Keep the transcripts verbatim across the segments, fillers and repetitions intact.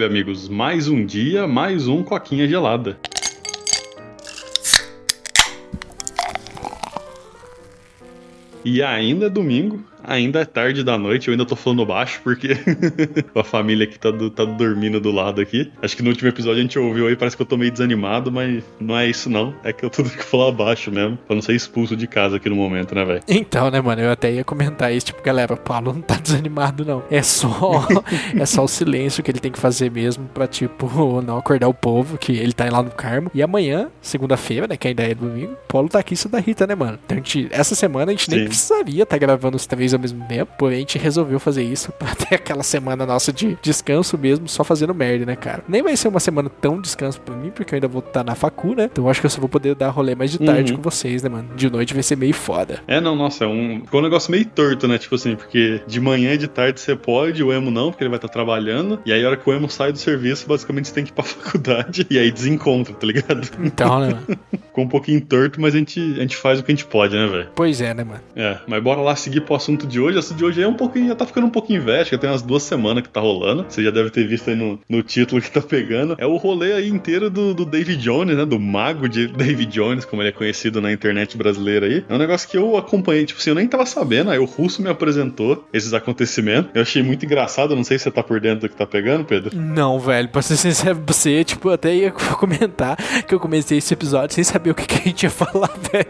amigos, mais um dia, mais um coquinha gelada. E ainda é domingo, ainda é tarde da noite, eu ainda tô falando baixo porque a família aqui tá, do, tá dormindo do lado aqui. Acho que no último episódio a gente ouviu aí, parece que eu tô meio desanimado, mas não é isso não. É que eu tô tendo que falar baixo mesmo, pra não ser expulso de casa aqui no momento, né, velho? Então, né, mano, eu até ia comentar isso, tipo, galera, o Paulo não tá desanimado não. É só, é só o silêncio que ele tem que fazer mesmo pra, tipo, não acordar o povo, que ele tá lá no Carmo. E amanhã, segunda-feira, né, que ainda é domingo, o Paulo tá aqui, isso da Rita, né, mano? Então, a gente, essa semana a gente nem Sim. precisaria estar tá gravando os três ao mesmo tempo, porém a gente resolveu fazer isso pra ter aquela semana nossa de descanso mesmo, só fazendo merda, né, cara? Nem vai ser uma semana tão descanso pra mim, porque eu ainda vou estar na facu, né? Então eu acho que eu só vou poder dar rolê mais de tarde uhum. com vocês, né, mano? De noite vai ser meio foda. É, não, nossa, é um... ficou um negócio meio torto, né? Tipo assim, porque de manhã e de tarde você pode, o Emo não, porque ele vai estar tá trabalhando, e aí a hora que o Emo sai do serviço, basicamente você tem que ir pra faculdade, e aí desencontra, tá ligado? Então, né, mano? Ficou um pouquinho torto, mas a gente, a gente faz o que a gente pode, né, velho? Pois é, né, mano? É, mas bora lá seguir pro assunto de hoje. O assunto de hoje é um pouquinho, já tá ficando um pouquinho velho, acho que tem umas duas semanas que tá rolando. Você já deve ter visto aí no, no título que tá pegando. É o rolê aí inteiro do, do David Jones, né? Do mago de David Jones, como ele é conhecido na internet brasileira aí. É um negócio que eu acompanhei, tipo assim, eu nem tava sabendo, aí o Russo me apresentou esses acontecimentos. Eu achei muito engraçado, não sei se você tá por dentro do que tá pegando, Pedro. Não, velho, pra ser sincero pra você, tipo, eu até ia comentar que eu comecei esse episódio sem saber o que, que a gente ia falar, velho.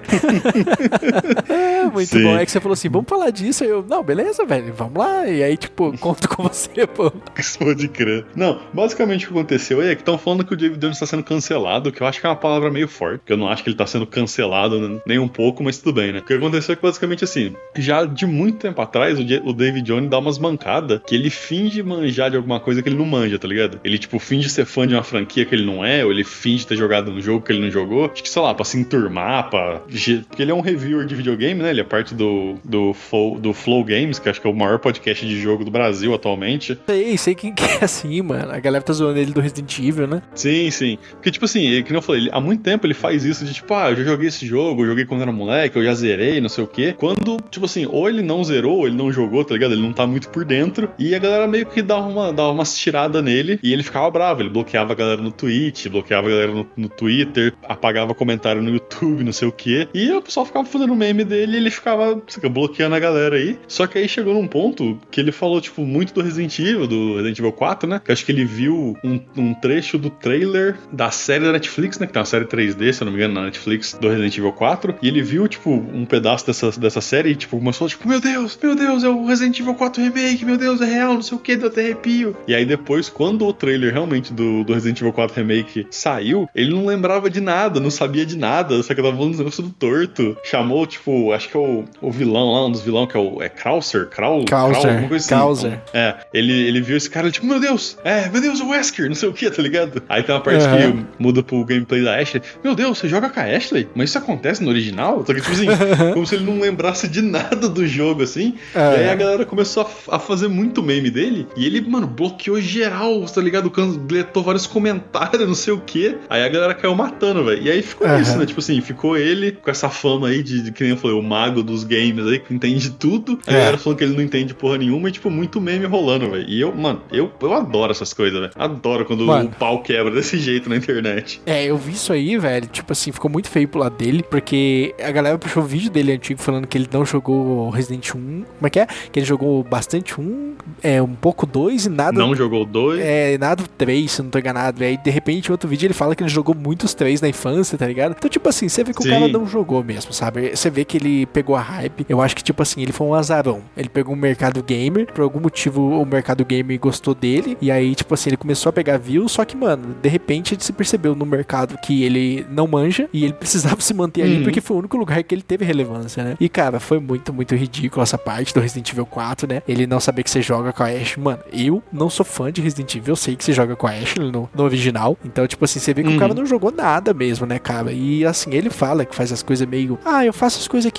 É, muito Sim. bom. É que você falou assim, vamos falar disso. Aí eu, não, beleza, velho, vamos lá. E aí, tipo, conto com você, pô. Pode crer. Não, basicamente o que aconteceu é que estão falando que o David Jones tá sendo cancelado, que eu acho que é uma palavra meio forte, que eu não acho que ele tá sendo cancelado nem um pouco, mas tudo bem, né? O que aconteceu é que basicamente assim, já de muito tempo atrás, o David Jones dá umas mancadas que ele finge manjar de alguma coisa que ele não manja, tá ligado? Ele, tipo, finge ser fã de uma franquia que ele não é, ou ele finge ter jogado um jogo que ele não jogou. Acho que, sei lá, pra se enturmar, pra... Porque ele é um reviewer de videogame, né? Ele é parte do, do, Flow, do Flow Games, que acho que é o maior podcast de jogo do Brasil atualmente. Sei, sei quem que é assim, mano. A galera tá zoando ele do Resident Evil, né? Sim, sim. Porque, tipo assim, ele, que eu falei, ele, há muito tempo ele faz isso de tipo, ah, eu já joguei esse jogo, eu joguei quando era moleque, eu já zerei, não sei o quê. Quando, tipo assim, ou ele não zerou, ou ele não jogou, tá ligado? Ele não tá muito por dentro. E a galera meio que dava uma, dava umas tiradas nele e ele ficava bravo. Ele bloqueava a galera no Twitch, bloqueava a galera no, no Twitter, apagava comentário no YouTube, não sei o quê. E o pessoal ficava fazendo meme dele e ele ficava sabe, bloqueando a galera aí. Só que aí chegou num ponto que ele falou, tipo, muito do Resident Evil, do Resident Evil quatro, né? Que acho que ele viu um, um trecho do trailer da série da Netflix, né? Que tem uma série três D, se eu não me engano, na Netflix, do Resident Evil quatro. E ele viu, tipo, um pedaço dessa, dessa série e, tipo, começou, tipo, meu Deus, meu Deus, é o Resident Evil quatro Remake, meu Deus, é real, não sei o que, deu até arrepio. E aí depois, quando o trailer realmente do, do Resident Evil quatro Remake saiu, ele não lembrava de nada, não sabia de nada, só que eu tava falando dos negócios do torto. Chamou, tipo, acho que é o, o vilão lá, um dos vilões que é o é Krauser, Krau, Krauser, Krau, alguma coisa assim. Krauser. É, ele, ele viu esse cara, tipo, meu Deus, é, meu Deus, o Wesker, não sei o que, tá ligado? Aí tem uma parte uhum. que muda pro gameplay da Ashley. Meu Deus, você joga com a Ashley? Mas isso acontece no original? Só que, tipo assim, como se ele não lembrasse de nada do jogo, assim. É. E aí a galera começou a, a fazer muito meme dele. E ele, mano, bloqueou geral, tá ligado? Deletou vários comentários, não sei o que. Aí a galera caiu matando, velho. E aí ficou uhum. isso, né? Tipo assim, ficou ele com essa fama aí de, de que nem eu falei, o mago dos games aí, que entende tudo. A é. galera falando que ele não entende porra nenhuma e, tipo, muito meme rolando, velho. E eu, mano, eu, eu adoro essas coisas, velho. Adoro quando mano. o pau quebra desse jeito na internet. É, eu vi isso aí, velho. Tipo assim, ficou muito feio pro lado dele, porque a galera puxou o vídeo dele antigo falando que ele não jogou Resident um. Como é que é? Que ele jogou bastante um, é, um pouco dois e nada. Não jogou dois? É, nada três, se eu não tô enganado. Aí, de repente, em outro vídeo ele fala que ele jogou muitos três na infância, tá ligado? Então, tipo assim, você vê que Sim. o cara não jogou mesmo, sabe? Você vê que ele pegou a hype. Eu acho que, tipo assim, ele foi um azarão. Ele pegou um mercado gamer, por algum motivo o mercado gamer gostou dele, e aí, tipo assim, ele começou a pegar views, só que, mano, de repente ele se percebeu no mercado que ele não manja, e ele precisava se manter ali, uhum. porque foi o único lugar que ele teve relevância, né? E, cara, foi muito, muito ridículo essa parte do Resident Evil quatro, né? Ele não saber que você joga com a Ashley. Mano, eu não sou fã de Resident Evil, eu sei que você joga com a Ashley no, no original, então, tipo assim, você vê que uhum. o cara não jogou nada mesmo, né, cara? E, assim, ele fala que faz as coisas meio, ah, eu faço as coisas aqui meio só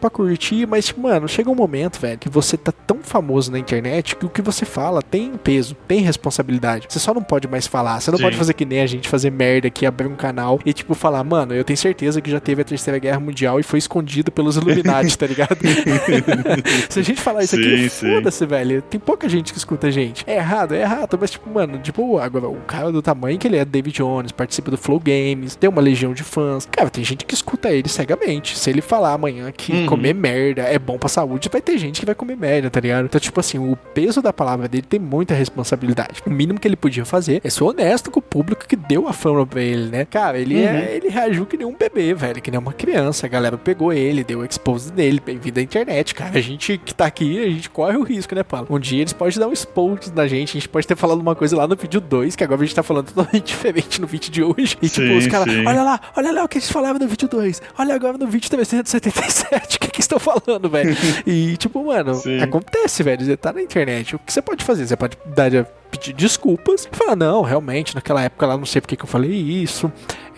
pra curtir, mas, tipo, mano, chega um momento, velho, que você tá tão famoso na internet que o que você fala tem peso, tem responsabilidade. Você só não pode mais falar. Você não Sim. pode fazer que nem a gente fazer merda aqui, abrir um canal e, tipo, falar, mano, eu tenho certeza que já teve a Terceira Guerra Mundial e foi escondido pelos Illuminati, tá ligado? Se a gente falar isso sim, aqui, foda-se, velho. Tem pouca gente que escuta a gente. É errado, é errado, mas, tipo, mano, tipo, agora, o cara do tamanho que ele é, David Jones, participa do Flow Games, tem uma legião de fãs. Cara, tem gente que escuta ele cegamente. Se ele falar amanhã que uhum. comer merda é bom pra saúde, vai ter gente que vai comer merda, tá ligado? Então, tipo assim, o peso da palavra dele tem muita responsabilidade. O mínimo que ele podia fazer é ser honesto com o público que deu a fama pra ele, né? Cara, ele, uhum. é, ele reagiu que nem um bebê, velho, que nem uma criança. A galera pegou ele, deu o expose dele, bem-vindo à internet, cara. A gente que tá aqui, a gente corre o risco, né, Paulo? Um dia eles podem dar um expose na gente, a gente pode ter falado uma coisa lá no vídeo dois, que agora a gente tá falando totalmente diferente no vídeo de hoje. E sim, tipo, os caras, olha lá, olha lá o que eles falavam no vídeo dois, olha agora no vídeo trezentos e setenta e sete, o que que estão falando, velho? E tipo, mano, sim. acontece, velho, você tá na internet, o que você pode fazer? Você pode dar... pedir desculpas e falar, não, realmente, naquela época lá não sei porque que eu falei isso,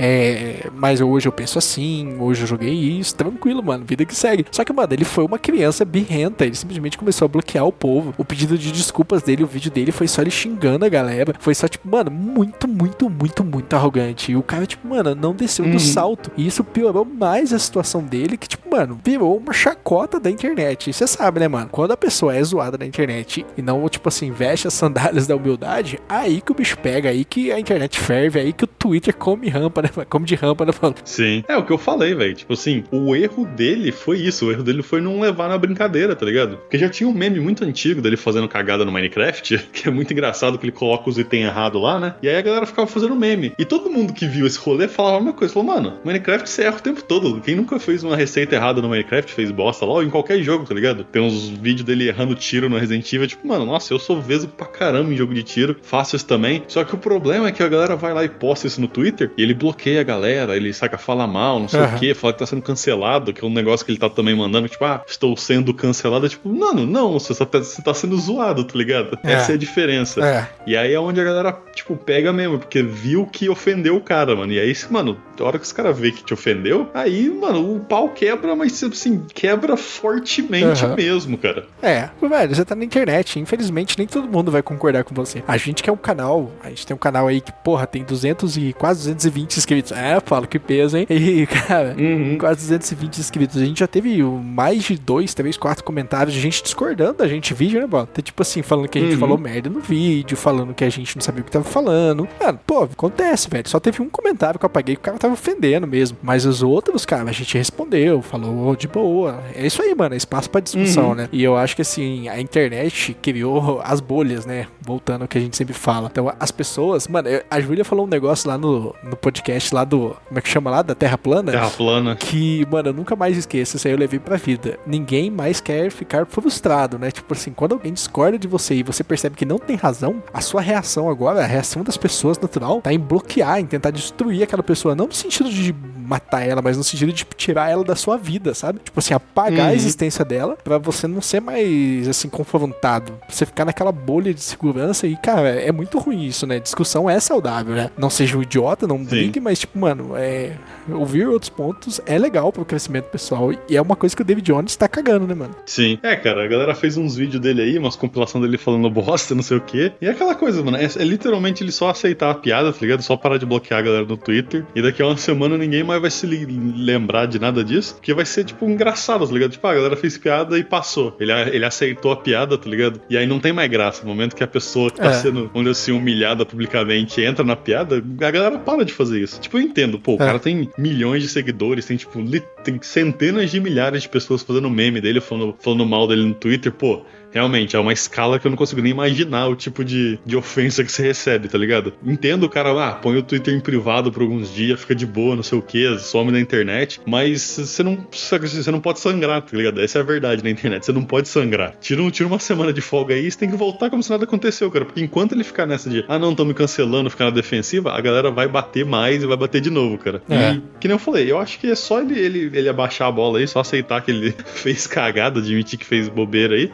é, mas hoje eu penso assim, hoje eu joguei isso, tranquilo, mano, vida que segue. Só que, mano, ele foi uma criança birrenta, ele simplesmente começou a bloquear o povo. O pedido de desculpas dele, o vídeo dele foi só ele xingando a galera, foi só, tipo, mano, muito, muito, muito, muito arrogante. E o cara, tipo, mano, não desceu uhum. do salto. E isso piorou mais a situação dele, que, tipo, mano, virou uma chacota da internet. E você sabe, né, mano, quando a pessoa é zoada na internet e não, tipo assim, veste as sandálias da humildade, aí que o bicho pega, aí que a internet ferve, aí que o Twitter come rampa, né? Come de rampa, né, mano? Sim. É o que eu falei, velho. Tipo assim, o erro dele foi isso. O erro dele foi não levar na brincadeira, tá ligado? Porque já tinha um meme muito antigo dele fazendo cagada no Minecraft, que é muito engraçado que ele coloca os itens errados lá, né? E aí a galera ficava fazendo meme. E todo mundo que viu esse rolê falava a mesma coisa. Falou, mano, Minecraft você erra o tempo todo. Quem nunca fez uma receita errada no Minecraft fez bosta lá, ou em qualquer jogo, tá ligado? Tem uns vídeos dele errando tiro no Resident Evil. Tipo, mano, nossa, eu sou vesgo pra caramba em jogo de tiro. Faço isso também. Só que o problema é que a galera vai lá e posta isso no Twitter e ele bloqueia a galera, ele saca, fala mal, não sei uhum. o que, fala que tá sendo cancelado, que é um negócio que ele tá também mandando, tipo, ah, estou sendo cancelado. Tipo, mano, não, você, só tá, você tá sendo zoado, tá ligado? É. Essa é a diferença. É. E aí é onde a galera, tipo, pega mesmo, porque viu que ofendeu o cara, mano. E aí, mano, a hora que os caras vê que te ofendeu, aí, mano, o pau quebra, mas assim, quebra fortemente uhum. mesmo, cara. É, velho, você tá na internet, infelizmente nem todo mundo vai concordar com você. A gente que é um canal, a gente tem um canal aí que, porra, tem duzentos e quase duzentos e vinte inscritos. É, Paulo, que peso, hein? E, cara, uhum. quase duzentos e vinte inscritos. A gente já teve mais de dois, três, quatro comentários de gente discordando da gente vídeo, né, Paulo? Tem, tipo assim, falando que a gente uhum. falou merda no vídeo, falando que a gente não sabia o que tava falando. Mano, pô, acontece, velho. Só teve um comentário que eu apaguei que o cara tava ofendendo mesmo. Mas os outros, cara, a gente respondeu, falou de boa. É isso aí, mano, é espaço pra discussão, uhum. né? E eu acho que, assim, a internet criou as bolhas, né? Voltando ao que a gente sempre fala. Então, as pessoas... Mano, a Júlia falou um negócio lá no, no podcast lá do... Como é que chama lá? Da Terra Plana? Terra Plana. Que, mano, eu nunca mais esqueço. Isso aí eu levei pra vida. Ninguém mais quer ficar frustrado, né? Tipo assim, quando alguém discorda de você e você percebe que não tem razão, a sua reação agora, a reação das pessoas natural, tá em bloquear, em tentar destruir aquela pessoa. Não no sentido de matar ela, mas no sentido de tirar ela da sua vida, sabe? Tipo assim, apagar uhum. a existência dela pra você não ser mais, assim, confrontado. Você ficar naquela bolha de segurança e, cara, é muito ruim isso, né? Discussão é saudável, né? Não seja um idiota, não brigue, mas, tipo, mano, é... ouvir outros pontos é legal pro crescimento pessoal e é uma coisa que o David Jones tá cagando, né, mano? Sim. É, cara, a galera fez uns vídeos dele aí, umas compilação dele falando bosta, não sei o quê. E é aquela coisa, mano, é, é literalmente ele só aceitar a piada, tá ligado? Só parar de bloquear a galera no Twitter e daqui a uma semana ninguém mais vai se li- lembrar de nada disso, porque vai ser, tipo, engraçado, tá ligado? Tipo, a galera fez piada e passou. Ele, ele aceitou a piada, tá ligado? E aí não tem mais graça. No momento que a pessoa que tá é. sendo, onde assim, humilhada publicamente entra na piada, a galera para de fazer isso. Tipo, eu entendo, pô, o é. cara tem milhões de seguidores, tem, tipo, li- tem centenas de milhares de pessoas fazendo meme dele, falando, falando mal dele no Twitter, pô. Realmente, é uma escala que eu não consigo nem imaginar o tipo de, de ofensa que você recebe, tá ligado? Entendo o cara, ah, põe o Twitter em privado por alguns dias, fica de boa, não sei o que, some na internet, mas você não, você não pode sangrar, tá ligado? Essa é a verdade na internet, você não pode sangrar. Tira, tira uma semana de folga aí, você tem que voltar como se nada aconteceu, cara, porque enquanto ele ficar nessa de, ah não, tão me cancelando, ficar na defensiva, a galera vai bater mais e vai bater de novo, cara. É. E, que nem eu falei, eu acho que é só ele, ele, ele abaixar a bola aí, só aceitar que ele fez cagada, admitir que fez bobeira aí, e daqui a pouco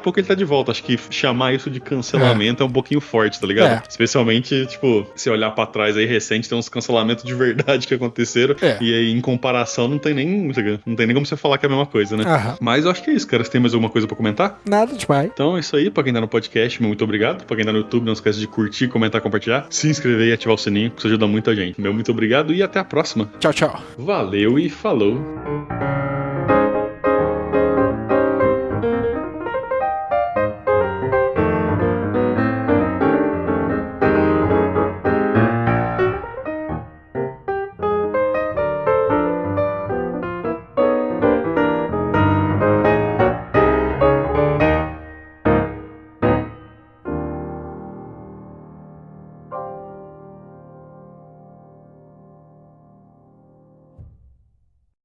pouco ele tá de volta. Acho que chamar isso de cancelamento é, é um pouquinho forte, tá ligado? É. Especialmente, tipo, se olhar pra trás aí recente, tem uns cancelamentos de verdade que aconteceram. É. E aí, em comparação, não tem nem. Não tem nem como você falar que é a mesma coisa, né? Aham. Mas eu acho que é isso, cara. Você tem mais alguma coisa pra comentar? Nada demais. Então é isso aí. Pra quem tá no podcast, muito obrigado. Pra quem tá no YouTube, não esquece de curtir, comentar, compartilhar, se inscrever e ativar o sininho, que isso ajuda muito a gente. Meu muito obrigado e até a próxima. Tchau, tchau. Valeu e falou.